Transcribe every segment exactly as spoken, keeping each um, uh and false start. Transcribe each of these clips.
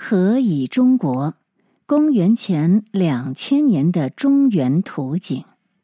何以中国？公元前两千年的中原图景。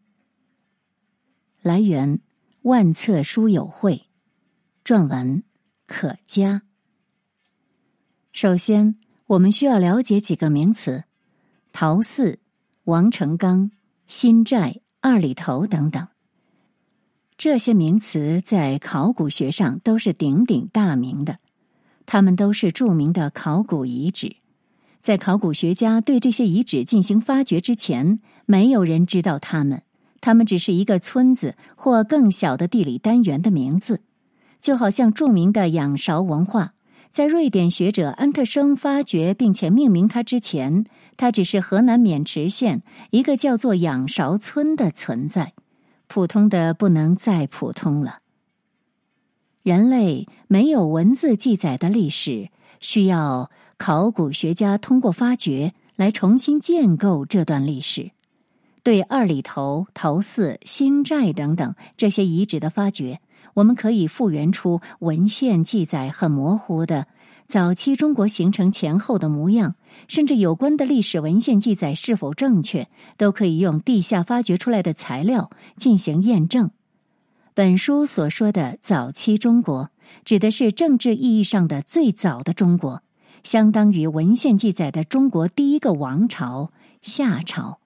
来源：万册书友会，撰文：可嘉。首先，我们需要了解几个名词：陶寺、王成刚、新寨、二里头等等。这些名词在考古学上都是鼎鼎大名的，它们都是著名的考古遗址。在考古学家对这些遗址进行发掘之前，没有人知道它们，它们只是一个村子或更小的地理单元的名字。就好像著名的仰韶文化，在瑞典学者安特生发掘并且命名它之前，它只是河南渑池县一个叫做仰韶村的存在，普通的不能再普通了。人类没有文字记载的历史，需要考古学家通过发掘来重新建构这段历史。对二里头、陶寺、新寨等等这些遗址的发掘，我们可以复原出文献记载很模糊的早期中国形成前后的模样，甚至有关的历史文献记载是否正确，都可以用地下发掘出来的材料进行验证。本书所说的早期中国，指的是政治意义上的最早的中国，相当于文献记载的中国第一个王朝夏朝。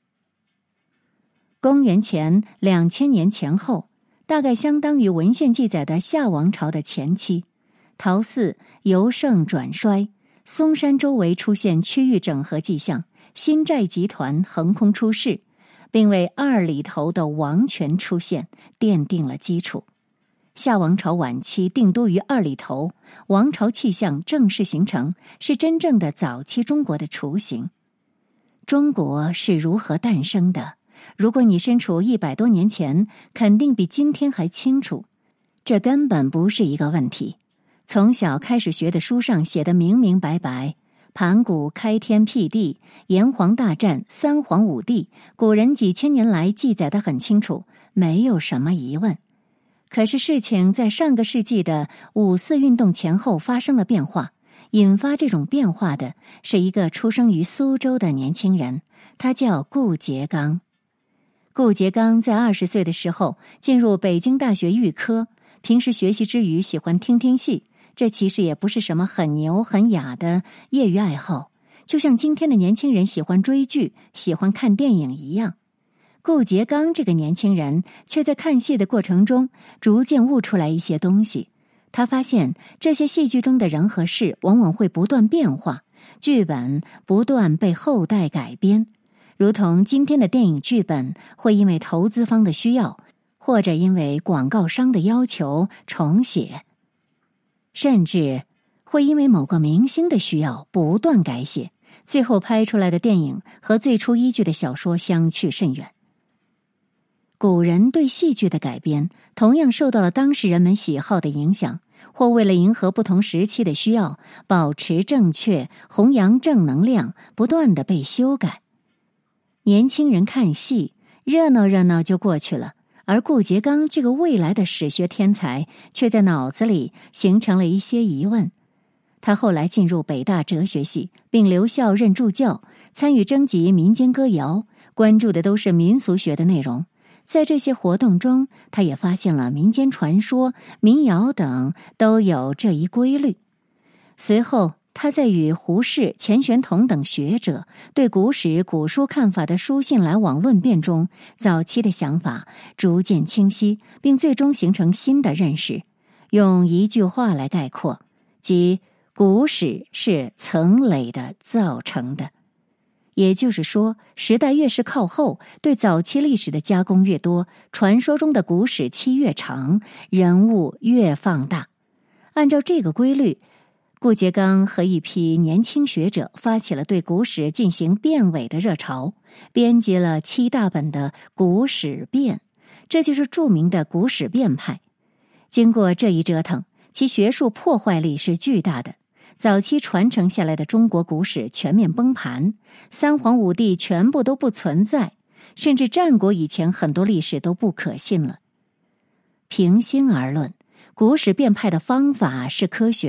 公元前两千年前后，大概相当于文献记载的夏王朝的前期。陶寺由盛转衰，嵩山周围出现区域整合迹象，新寨集团横空出世，并为二里头的王权出现奠定了基础。夏王朝晚期定都于二里头，王朝气象正式形成，是真正的早期中国的雏形。中国是如何诞生的？如果你身处一百多年前，肯定比今天还清楚。这根本不是一个问题。从小开始学的书上写得明明白白，盘古开天辟地，炎黄大战，三皇五帝，古人几千年来记载得很清楚，没有什么疑问。可是事情在上个世纪的五四运动前后发生了变化，引发这种变化的是一个出生于苏州的年轻人，他叫顾颉刚。顾颉刚在二十岁的时候进入北京大学预科，平时学习之余喜欢听听戏，这其实也不是什么很牛很雅的业余爱好，就像今天的年轻人喜欢追剧、喜欢看电影一样。顾颉刚这个年轻人却在看戏的过程中逐渐悟出来一些东西。他发现这些戏剧中的人和事往往会不断变化，剧本不断被后代改编，如同今天的电影剧本会因为投资方的需要，或者因为广告商的要求重写，甚至会因为某个明星的需要不断改写，最后拍出来的电影和最初依据的小说相去甚远。古人对戏剧的改编同样受到了当时人们喜好的影响，或为了迎合不同时期的需要，保持正确，弘扬正能量，不断的被修改。年轻人看戏，热闹热闹就过去了，而顾颉刚这个未来的史学天才却在脑子里形成了一些疑问。他后来进入北大哲学系，并留校任助教，参与征集民间歌谣，关注的都是民俗学的内容。在这些活动中，他也发现了民间传说、民谣等都有这一规律。随后他在与胡适、钱玄同等学者对古史、古书看法的书信来往论辩中，早期的想法逐渐清晰，并最终形成新的认识。用一句话来概括，即古史是层累的造成的。也就是说，时代越是靠后，对早期历史的加工越多，传说中的古史期越长，人物越放大。按照这个规律，顾颉刚和一批年轻学者发起了对古史进行变伪的热潮，编辑了七大本的《古史辨》，这就是著名的古史辨派。经过这一折腾，其学术破坏力是巨大的。早期传承下来的中国古史全面崩盘，三皇五帝全部都不存在，甚至战国以前很多历史都不可信了。平心而论，古史辨派的方法是科学的，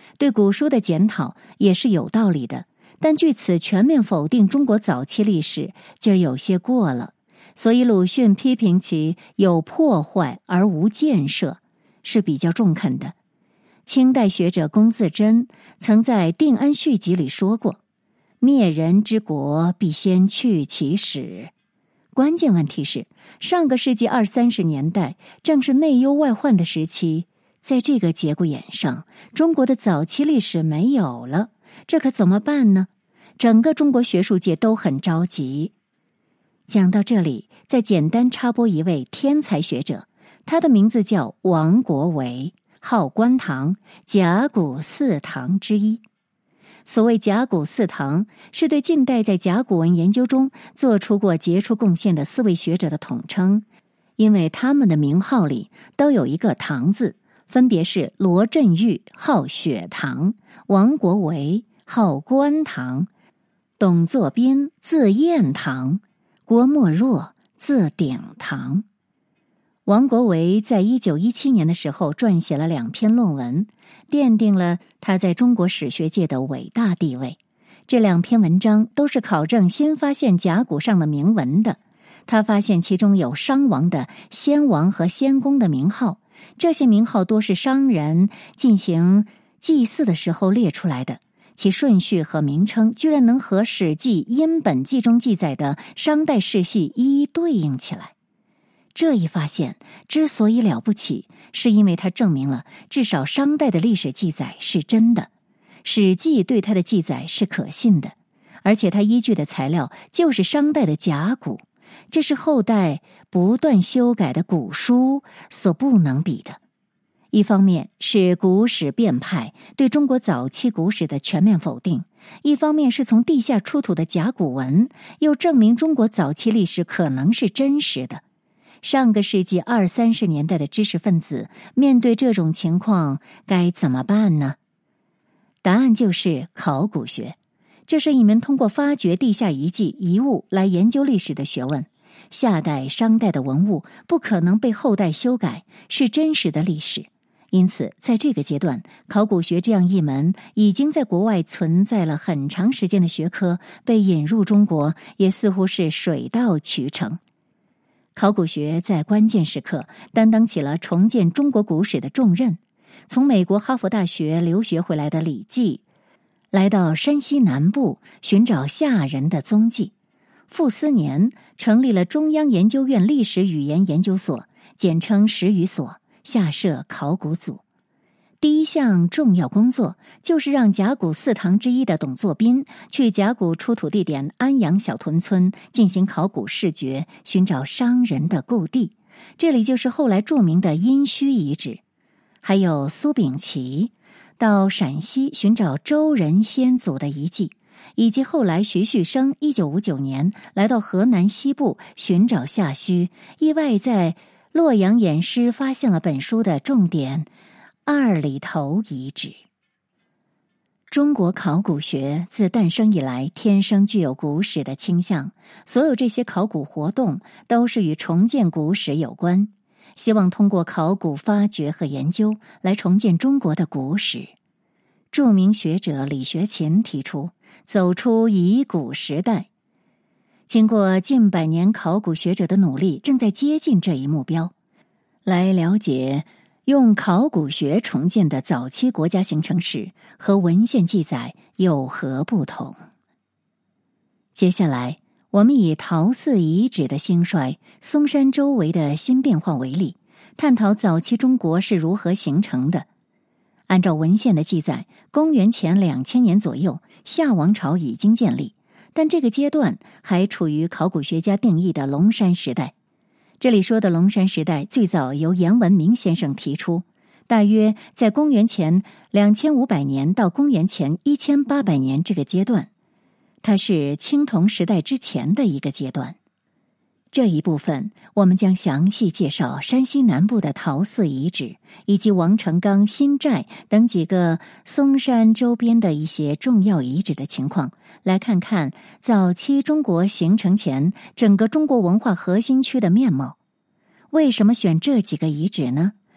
对古书的检讨也是有道理的，但据此全面否定中国早期历史就有些过了。所以鲁迅批评其有破坏而无建设，是比较中肯的。清代学者龚自珍曾在《定安续集》里说过，灭人之国必先去其始。关键问题是，上个世纪二三十年代正是内忧外患的时期，在这个节骨眼上，中国的早期历史没有了，这可怎么办呢？整个中国学术界都很着急。讲到这里，再简单插播一位天才学者，他的名字叫王国维，号观堂，甲骨四堂之一。所谓甲骨四堂，是对近代在甲骨文研究中做出过杰出贡献的四位学者的统称，因为他们的名号里都有一个堂字，分别是罗振玉号雪堂，王国维号观堂，董作宾字彦堂，郭沫若字鼎堂。王国维在一九一七年的时候撰写了两篇论文，奠定了他在中国史学界的伟大地位。这两篇文章都是考证新发现甲骨上的铭文的。他发现其中有商王的先王和先公的名号，这些名号多是商人进行祭祀的时候列出来的，其顺序和名称居然能和《史记·殷本纪》中记载的商代世系一一对应起来。这一发现之所以了不起，是因为它证明了至少商代的历史记载是真的，《史记》对它的记载是可信的，而且它依据的材料就是商代的甲骨，这是后代不断修改的古书所不能比的。一方面是古史变派对中国早期古史的全面否定，一方面是从地下出土的甲骨文又证明中国早期历史可能是真实的。上个世纪二三十年代的知识分子面对这种情况该怎么办呢？答案就是考古学。这是一门通过发掘地下遗迹遗物来研究历史的学问。夏代、商代的文物不可能被后代修改，是真实的历史。因此，在这个阶段，考古学这样一门已经在国外存在了很长时间的学科被引入中国，也似乎是水到渠成。考古学在关键时刻担当起了重建中国古史的重任。从美国哈佛大学留学回来的李济，来到山西南部寻找夏人的踪迹。傅斯年成立了中央研究院历史语言研究所，简称史语所，下设考古组。第一项重要工作就是让甲骨四堂之一的董作宾去甲骨出土地点安阳小屯村进行考古视掘，寻找商人的故地，这里就是后来著名的殷墟遗址。还有苏秉琦到陕西寻找周人先祖的遗迹，以及后来徐旭升一九五九年来到河南西部寻找夏墟，意外在洛阳偃师发现了本书的重点二里头遗址。中国考古学自诞生以来天生具有古史的倾向，所有这些考古活动都是与重建古史有关，希望通过考古发掘和研究来重建中国的古史。著名学者李学勤提出走出遗古时代，经过近百年考古学者的努力，正在接近这一目标。来了解用考古学重建的早期国家形成史和文献记载有何不同？接下来，我们以陶寺遗址的兴衰、嵩山周围的新变化为例，探讨早期中国是如何形成的。按照文献的记载，公元前两千年左右，夏王朝已经建立，但这个阶段还处于考古学家定义的龙山时代。这里说的龙山时代最早由严文明先生提出，大约在公元前两千五百年到公元前一千八百年这个阶段，它是青铜时代之前的一个阶段。这一部分我们将详细介绍山西南部的陶寺遗址，以及王成刚、新寨等几个嵩山周边的一些重要遗址的情况，来看看早期中国形成前整个中国文化核心区的面貌。为什么选这几个遗址呢？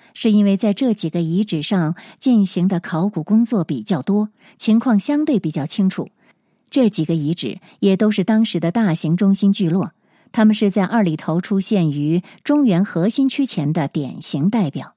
是因为在这几个遗址上进行的考古工作比较多，情况相对比较清楚。这几个遗址也都是当时的大型中心聚落，它们是在二里头出现于中原核心区前的典型代表。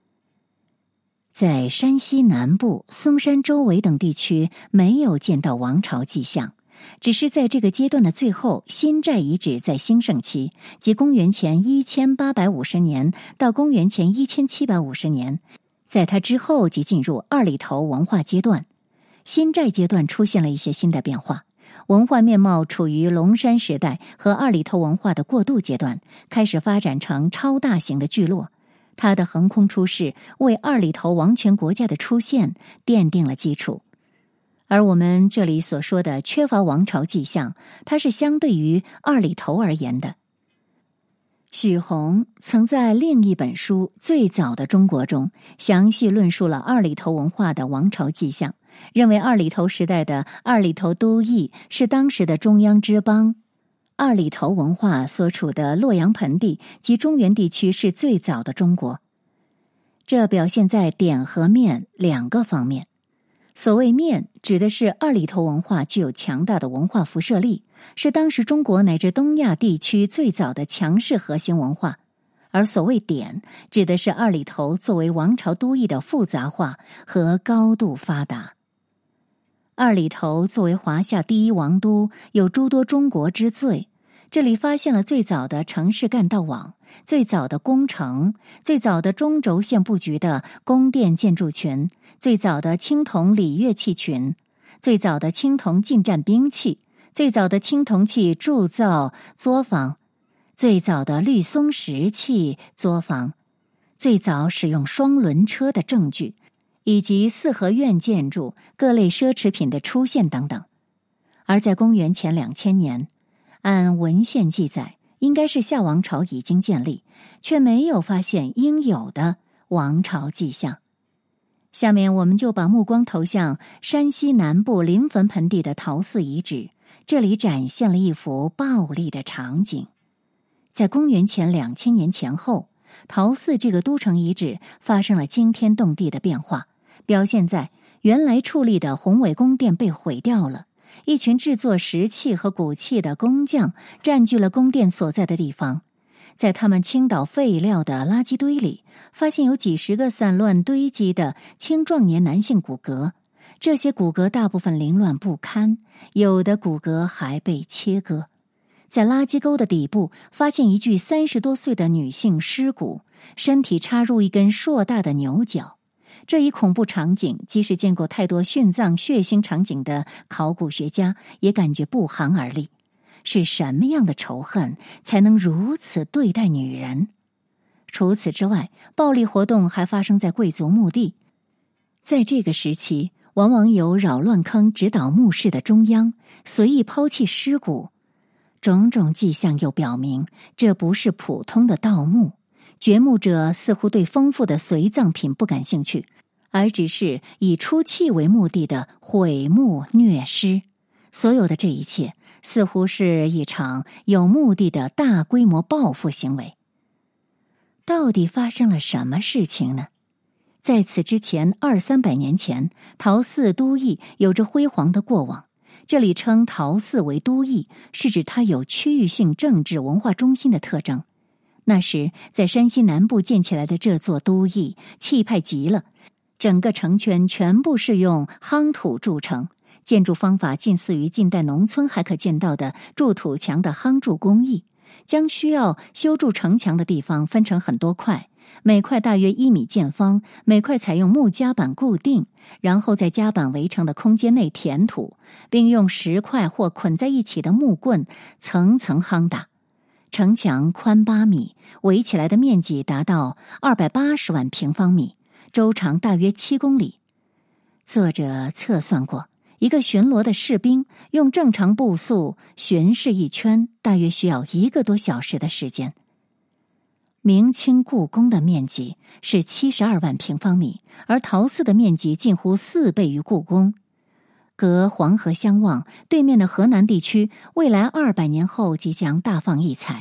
在山西南部、嵩山周围等地区没有见到王朝迹象，只是在这个阶段的最后，新寨遗址在兴盛期，即公元前一千八百五十年到公元前一千七百五十年，在它之后即进入二里头文化阶段。新寨阶段出现了一些新的变化，文化面貌处于龙山时代和二里头文化的过渡阶段，开始发展成超大型的聚落。它的横空出世为二里头王权国家的出现奠定了基础。而我们这里所说的缺乏王朝迹象，它是相对于二里头而言的。许宏曾在另一本书《最早的中国》中详细论述了二里头文化的王朝迹象，认为二里头时代的二里头都邑是当时的中央之邦，二里头文化所处的洛阳盆地及中原地区是最早的中国。这表现在点和面两个方面。所谓面，指的是二里头文化具有强大的文化辐射力，是当时中国乃至东亚地区最早的强势核心文化；而所谓点，指的是二里头作为王朝都邑的复杂化和高度发达。二里头作为华夏第一王都，有诸多中国之最。这里发现了最早的城市干道网、最早的宫城、最早的中轴线布局的宫殿建筑群、最早的青铜礼乐器群、最早的青铜近战兵器、最早的青铜器铸造作坊、最早的绿松石器作坊、最早使用双轮车的证据，以及四合院建筑、各类奢侈品的出现等等。而在公元前两千年，按文献记载，应该是夏王朝已经建立，却没有发现应有的王朝迹象。下面我们就把目光投向山西南部临汾盆地的陶寺遗址，这里展现了一幅暴力的场景。在公元前两千年前后，陶寺这个都城遗址发生了惊天动地的变化，表现在原来矗立的宏伟宫殿被毁掉了，一群制作石器和骨器的工匠占据了宫殿所在的地方。在他们倾倒废料的垃圾堆里，发现有几十个散乱堆积的青壮年男性骨骼，这些骨骼大部分凌乱不堪，有的骨骼还被切割。在垃圾沟的底部，发现一具三十多岁的女性尸骨，身体插入一根硕大的牛角。这一恐怖场景，即使见过太多殉葬血腥场景的考古学家也感觉不寒而栗。是什么样的仇恨才能如此对待女人？除此之外，暴力活动还发生在贵族墓地。在这个时期，往往有扰乱坑指导墓室的中央，随意抛弃尸骨。种种迹象又表明，这不是普通的盗墓。掘墓者似乎对丰富的随葬品不感兴趣，而只是以出气为目的的毁墓虐尸。所有的这一切似乎是一场有目的的大规模报复行为。到底发生了什么事情呢？在此之前二三百年前，陶寺都邑有着辉煌的过往。这里称陶寺为都邑，是指它有区域性政治文化中心的特征。那时在山西南部建起来的这座都邑气派极了，整个城圈全部是用夯土筑成，建筑方法近似于近代农村还可见到的筑土墙的夯筑工艺，将需要修筑城墙的地方分成很多块，每块大约一米见方，每块采用木夹板固定，然后在夹板围成的空间内填土，并用石块或捆在一起的木棍层层夯打。城墙宽八米，围起来的面积达到二百八十万平方米，周长大约七公里。作者测算过，一个巡逻的士兵用正常步速巡视一圈，大约需要一个多小时的时间。明清故宫的面积是七十二万平方米，而陶寺的面积近乎四倍于故宫。隔黄河相望，对面的河南地区未来二百年后即将大放异彩。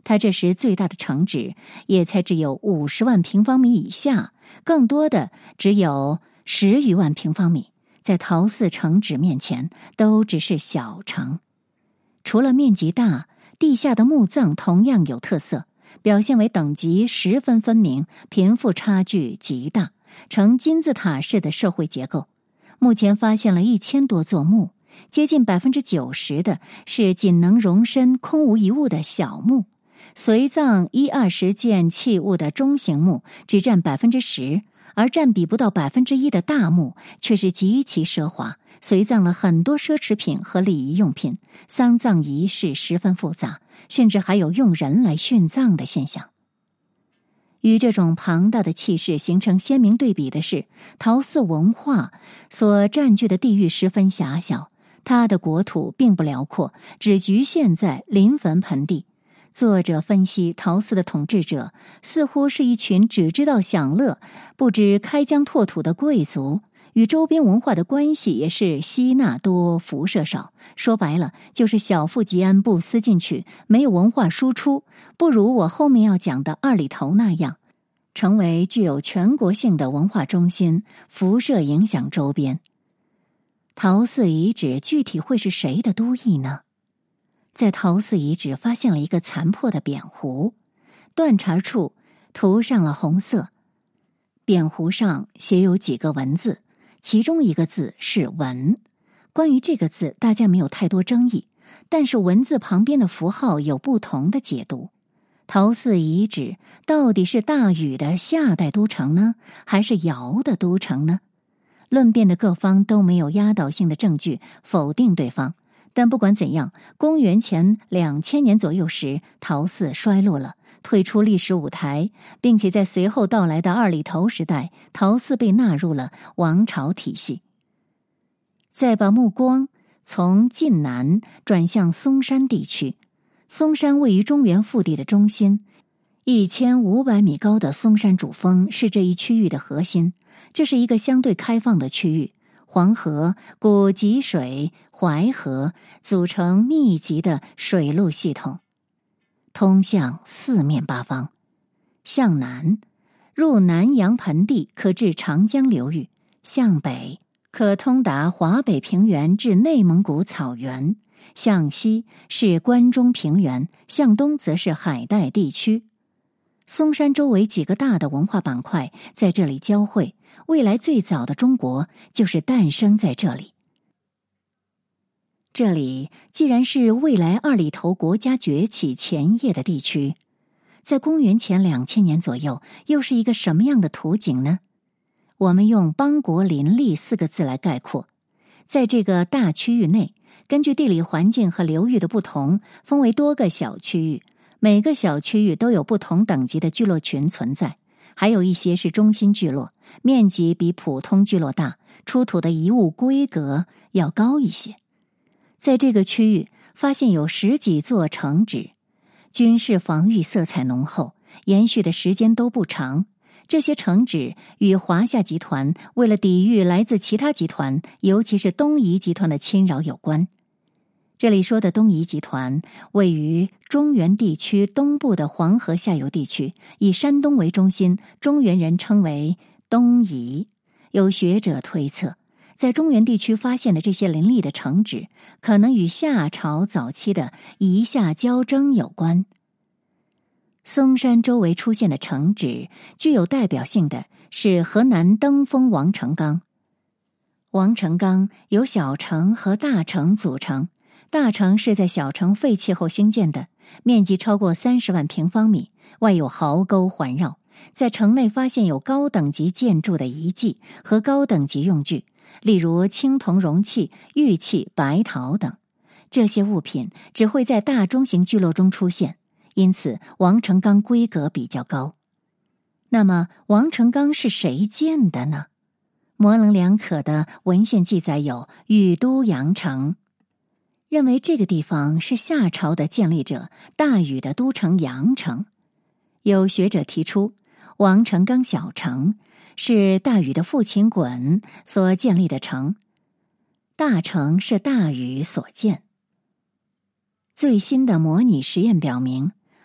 它这时最大的城址也才只有五十万平方米以下，更多的只有十余万平方米，在陶寺城址面前都只是小城。除了面积大，地下的墓葬同样有特色，表现为等级十分分明，贫富差距极大，呈金字塔式的社会结构。目前发现了一千多座墓，接近百分之九十的是仅能容身、空无一物的小墓，随葬一二十件器物的中型墓只占百分之十，而占比不到百分之一的大墓却是极其奢华，随葬了很多奢侈品和礼仪用品，丧葬仪式十分复杂，甚至还有用人来殉葬的现象。与这种庞大的气势形成鲜明对比的是，陶寺文化所占据的地域十分狭小，它的国土并不辽阔，只局限在临汾盆地。作者分析，陶寺的统治者似乎是一群只知道享乐、不知开疆拓土的贵族，与周边文化的关系也是吸纳多、辐射少。说白了，就是小富即安、不思进取，没有文化输出，不如我后面要讲的二里头那样，成为具有全国性的文化中心，辐射影响周边。陶寺遗址具体会是谁的都邑呢？在陶寺遗址发现了一个残破的扁壶，断茬处涂上了红色，扁壶上写有几个文字，其中一个字是文。关于这个字大家没有太多争议，但是文字旁边的符号有不同的解读。陶寺遗址到底是大禹的夏代都城呢，还是尧的都城呢？论辩的各方都没有压倒性的证据否定对方，但不管怎样，公元前两千年左右时，陶寺衰落了，退出历史舞台，并且在随后到来的二里头时代，陶寺被纳入了王朝体系。再把目光从晋南转向嵩山地区，嵩山位于中原腹地的中心，一千五百米高的嵩山主峰是这一区域的核心。这是一个相对开放的区域，黄河、古吉水、淮河组成密集的水路系统，通向四面八方。向南入南阳盆地，可至长江流域；向北可通达华北平原至内蒙古草原；向西是关中平原，向东则是海带地区。嵩山周围几个大的文化板块在这里交汇，未来最早的中国就是诞生在这里。这里既然是未来二里头国家崛起前夜的地区，在公元前两千年左右，又是一个什么样的图景呢？我们用邦国林立四个字来概括。在这个大区域内，根据地理环境和流域的不同，分为多个小区域，每个小区域都有不同等级的聚落群存在，还有一些是中心聚落，面积比普通聚落大，出土的遗物规格要高一些。在这个区域发现有十几座城址，军事防御色彩浓厚，延续的时间都不长。这些城址与华夏集团为了抵御来自其他集团，尤其是东夷集团的侵扰有关。这里说的东夷集团位于中原地区东部的黄河下游地区，以山东为中心，中原人称为东夷。有学者推测，在中原地区发现的这些林立的城址，可能与夏朝早期的夷夏交争有关。嵩山周围出现的城址，具有代表性的是河南登封王城岗。王城岗由小城和大城组成，大城是在小城废弃后兴建的，面积超过三十万平方米，外有壕沟环绕。在城内发现有高等级建筑的遗迹和高等级用具，例如青铜容器、玉器、白陶等。这些物品只会在大中型聚落中出现，因此王城岗规格比较高。那么王城岗是谁建的呢？模棱两可的文献记载有禹都阳城，认为这个地方是夏朝的建立者大禹的都城阳城。有学者提出，王城岗小城是大禹的父亲鲧所建立的城，大城是大禹所建。最新的模拟实验表明，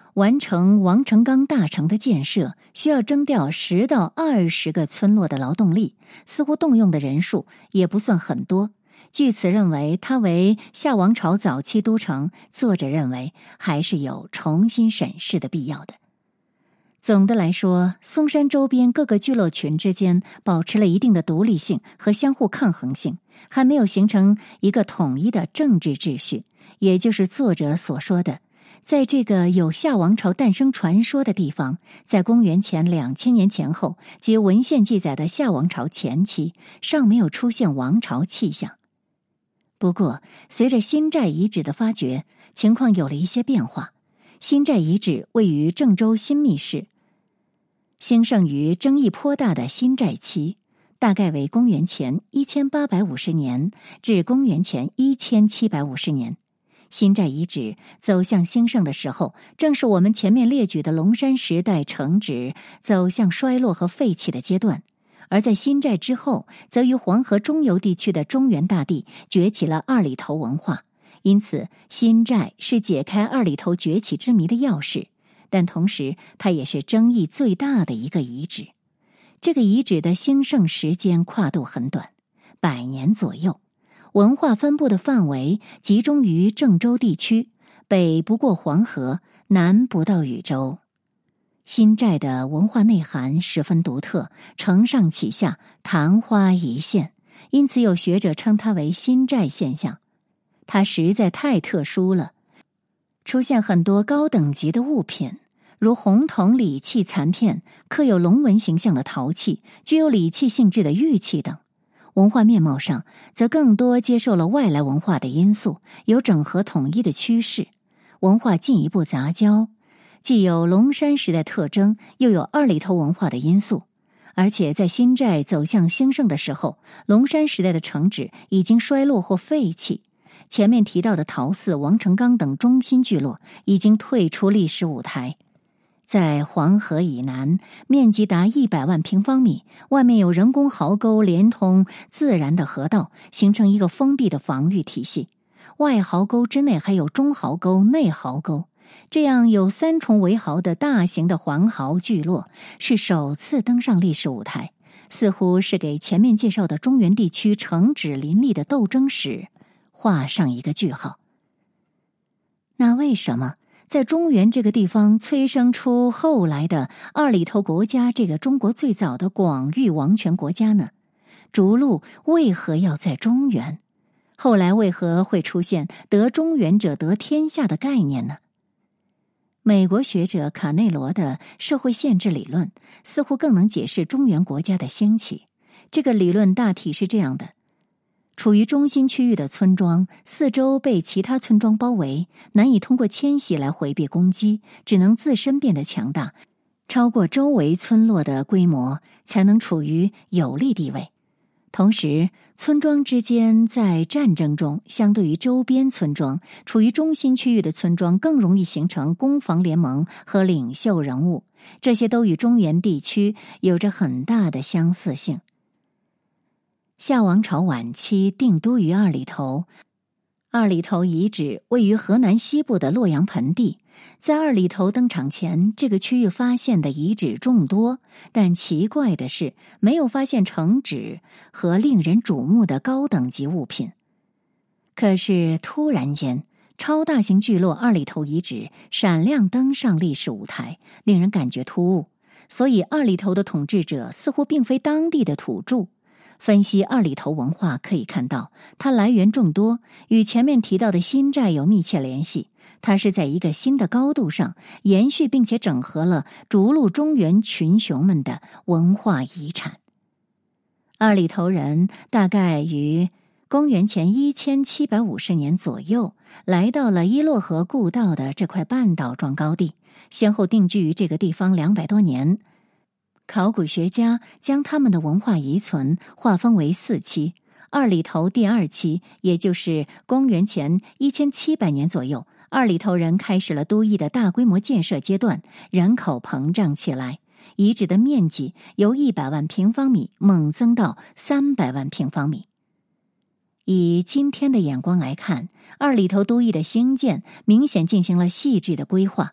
完成王成刚大城的建设，需要征调十到二十个村落的劳动力，似乎动用的人数也不算很多。据此认为它为夏王朝早期都城，作者认为还是有重新审视的必要的。总的来说，松山周边各个聚落群之间保持了一定的独立性和相互抗衡性，还没有形成一个统一的政治秩序，也就是作者所说的，在这个有夏王朝诞生传说的地方，在公元前两千年前后及文献记载的夏王朝前期，尚没有出现王朝气象。不过，随着新寨遗址的发掘，情况有了一些变化。新寨遗址位于郑州新密市，兴盛于争议颇大的新寨期，大概为公元前一千八百五十年至公元前一千七百五十年。新寨遗址走向兴盛的时候，正是我们前面列举的龙山时代城址走向衰落和废弃的阶段。而在新寨之后，则于黄河中游地区的中原大地崛起了二里头文化。因此，新寨是解开二里头崛起之谜的钥匙，但同时它也是争议最大的一个遗址。这个遗址的兴盛时间跨度很短，百年左右，文化分布的范围集中于郑州地区，北不过黄河，南不到禹州。新寨的文化内涵十分独特，承上启下，昙花一现，因此有学者称它为新寨现象。它实在太特殊了，出现很多高等级的物品，如红铜礼器残片、刻有龙纹形象的陶器、具有礼器性质的玉器等。文化面貌上，则更多接受了外来文化的因素，有整合统一的趋势。文化进一步杂交，既有龙山时代特征，又有二里头文化的因素。而且在新寨走向兴盛的时候，龙山时代的城址已经衰落或废弃。前面提到的陶寺、王成刚等中心聚落已经退出历史舞台。在黄河以南，面积达一百万平方米，外面有人工壕沟连通自然的河道，形成一个封闭的防御体系。外壕沟之内还有中壕沟、内壕沟，这样有三重围壕的大型的环壕聚落是首次登上历史舞台，似乎是给前面介绍的中原地区城址林立的斗争史画上一个句号。那为什么在中原这个地方催生出后来的二里头国家这个中国最早的广域王权国家呢？逐鹿为何要在中原？后来为何会出现得中原者得天下的概念呢？美国学者卡内罗的社会限制理论似乎更能解释中原国家的兴起。这个理论大体是这样的：处于中心区域的村庄，四周被其他村庄包围，难以通过迁徙来回避攻击，只能自身变得强大，超过周围村落的规模，才能处于有利地位。同时，村庄之间在战争中，相对于周边村庄，处于中心区域的村庄更容易形成攻防联盟和领袖人物，这些都与中原地区有着很大的相似性。夏王朝晚期定都于二里头，二里头遗址位于河南西部的洛阳盆地。在二里头登场前，这个区域发现的遗址众多，但奇怪的是，没有发现城址和令人瞩目的高等级物品。可是突然间，超大型聚落二里头遗址闪亮登上历史舞台，令人感觉突兀。所以二里头的统治者似乎并非当地的土著。分析二里头文化可以看到，它来源众多，与前面提到的新寨有密切联系。它是在一个新的高度上延续并且整合了逐鹿中原群雄们的文化遗产。二里头人大概于公元前一千七百五十年左右来到了伊洛河故道的这块半岛状高地，先后定居于这个地方两百多年。考古学家将他们的文化遗存划分为四期。二里头第二期，也就是公元前一千七百年左右，二里头人开始了都邑的大规模建设阶段，人口膨胀起来，遗址的面积由一百万平方米猛增到三百万平方米。以今天的眼光来看，二里头都邑的兴建明显进行了细致的规划，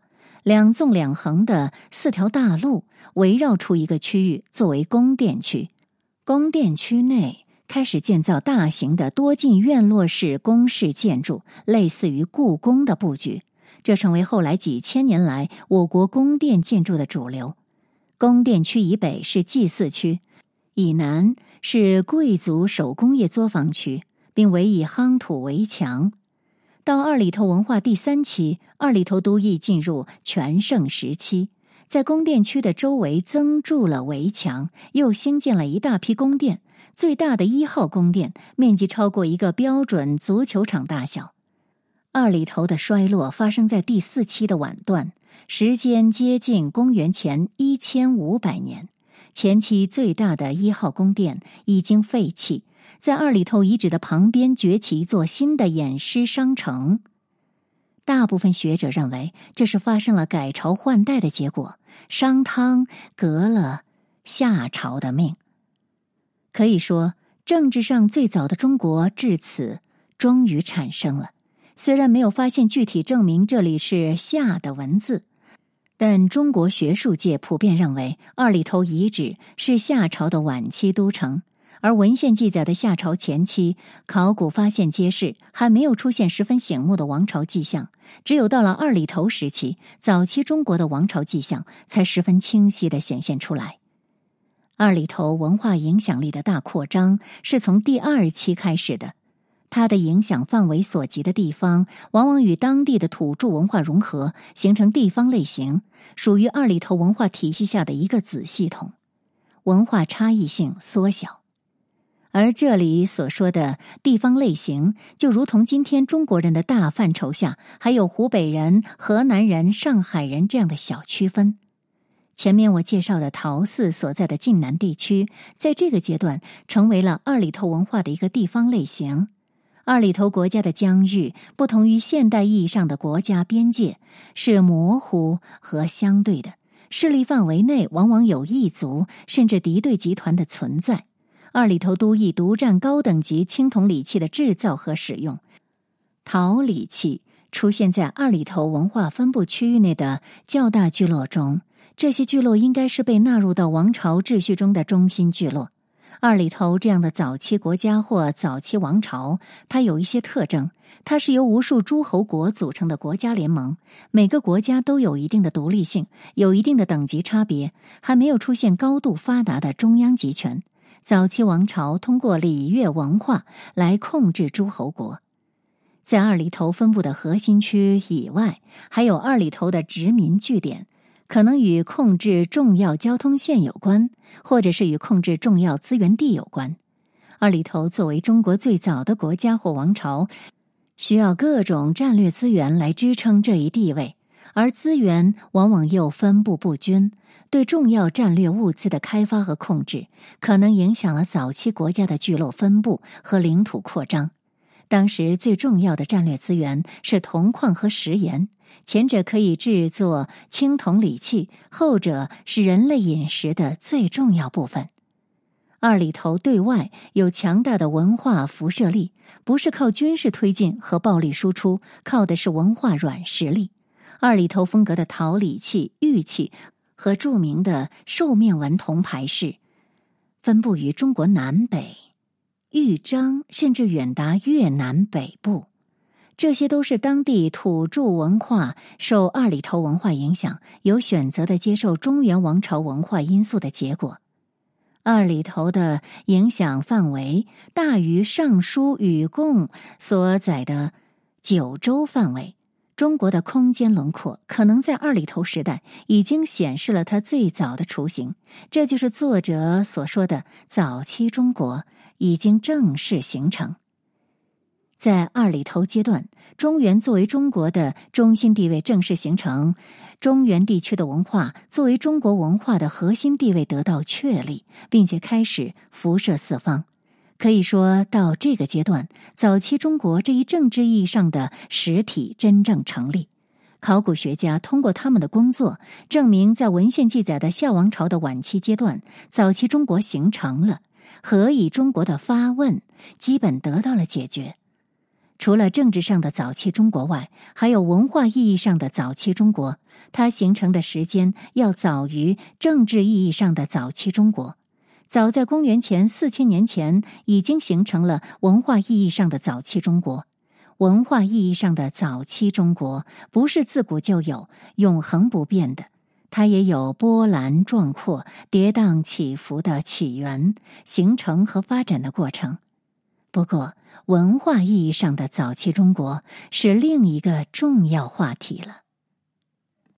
两纵两横的四条大路围绕出一个区域，作为宫殿区。宫殿区内开始建造大型的多进院落式宫室建筑，类似于故宫的布局，这成为后来几千年来我国宫殿建筑的主流。宫殿区以北是祭祀区，以南是贵族手工业作坊区，并围以夯土围墙。到二里头文化第三期，二里头都邑进入全盛时期，在宫殿区的周围增筑了围墙，又兴建了一大批宫殿。最大的一号宫殿面积超过一个标准足球场大小。二里头的衰落发生在第四期的晚段，时间接近公元前一千五百年。前期最大的一号宫殿已经废弃，在二里头遗址的旁边崛起一座新的偃师商城。大部分学者认为这是发生了改朝换代的结果，商汤革了夏朝的命。可以说，政治上最早的中国至此终于产生了。虽然没有发现具体证明这里是夏的文字，但中国学术界普遍认为二里头遗址是夏朝的晚期都城。而文献记载的夏朝前期，考古发现揭示还没有出现十分醒目的王朝迹象，只有到了二里头时期，早期中国的王朝迹象才十分清晰地显现出来。二里头文化影响力的大扩张是从第二期开始的，它的影响范围所及的地方往往与当地的土著文化融合，形成地方类型，属于二里头文化体系下的一个子系统，文化差异性缩小。而这里所说的地方类型，就如同今天中国人的大范畴下还有湖北人、河南人、上海人这样的小区分。前面我介绍的陶寺所在的晋南地区，在这个阶段成为了二里头文化的一个地方类型。二里头国家的疆域不同于现代意义上的国家边界，是模糊和相对的，势力范围内往往有异族甚至敌对集团的存在。二里头都邑独占高等级青铜礼器的制造和使用，陶礼器出现在二里头文化分布区域内的较大聚落中，这些聚落应该是被纳入到王朝秩序中的中心聚落。二里头这样的早期国家或早期王朝，它有一些特征，它是由无数诸侯国组成的国家联盟，每个国家都有一定的独立性，有一定的等级差别，还没有出现高度发达的中央集权。早期王朝通过礼乐文化来控制诸侯国。在二里头分布的核心区以外，还有二里头的殖民据点，可能与控制重要交通线有关，或者是与控制重要资源地有关。二里头作为中国最早的国家或王朝，需要各种战略资源来支撑这一地位，而资源往往又分布不均，对重要战略物资的开发和控制，可能影响了早期国家的聚落分布和领土扩张。当时最重要的战略资源是铜矿和食盐，前者可以制作青铜礼器，后者是人类饮食的最重要部分。二里头对外有强大的文化辐射力，不是靠军事推进和暴力输出，靠的是文化软实力。二里头风格的陶礼器、玉器和著名的兽面纹铜牌饰，分布于中国南北、豫章，甚至远达越南北部。这些都是当地土著文化受二里头文化影响，有选择的接受中原王朝文化因素的结果。二里头的影响范围大于《尚书》与贡所载的九州范围。中国的空间轮廓可能在二里头时代已经显示了它最早的雏形，这就是作者所说的早期中国已经正式形成。在二里头阶段，中原作为中国的中心地位正式形成，中原地区的文化作为中国文化的核心地位得到确立，并且开始辐射四方。可以说到这个阶段，早期中国这一政治意义上的实体真正成立。考古学家通过他们的工作证明，在文献记载的夏王朝的晚期阶段，早期中国形成了，何以中国的发问基本得到了解决。除了政治上的早期中国外，还有文化意义上的早期中国， 它形成的时间要早于政治意义上的早期中国。早在公元前四千年前，已经形成了文化意义上的早期中国。文化意义上的早期中国不是自古就有、永恒不变的，它也有波澜壮阔、跌宕起伏的起源、形成和发展的过程。不过，文化意义上的早期中国是另一个重要话题了。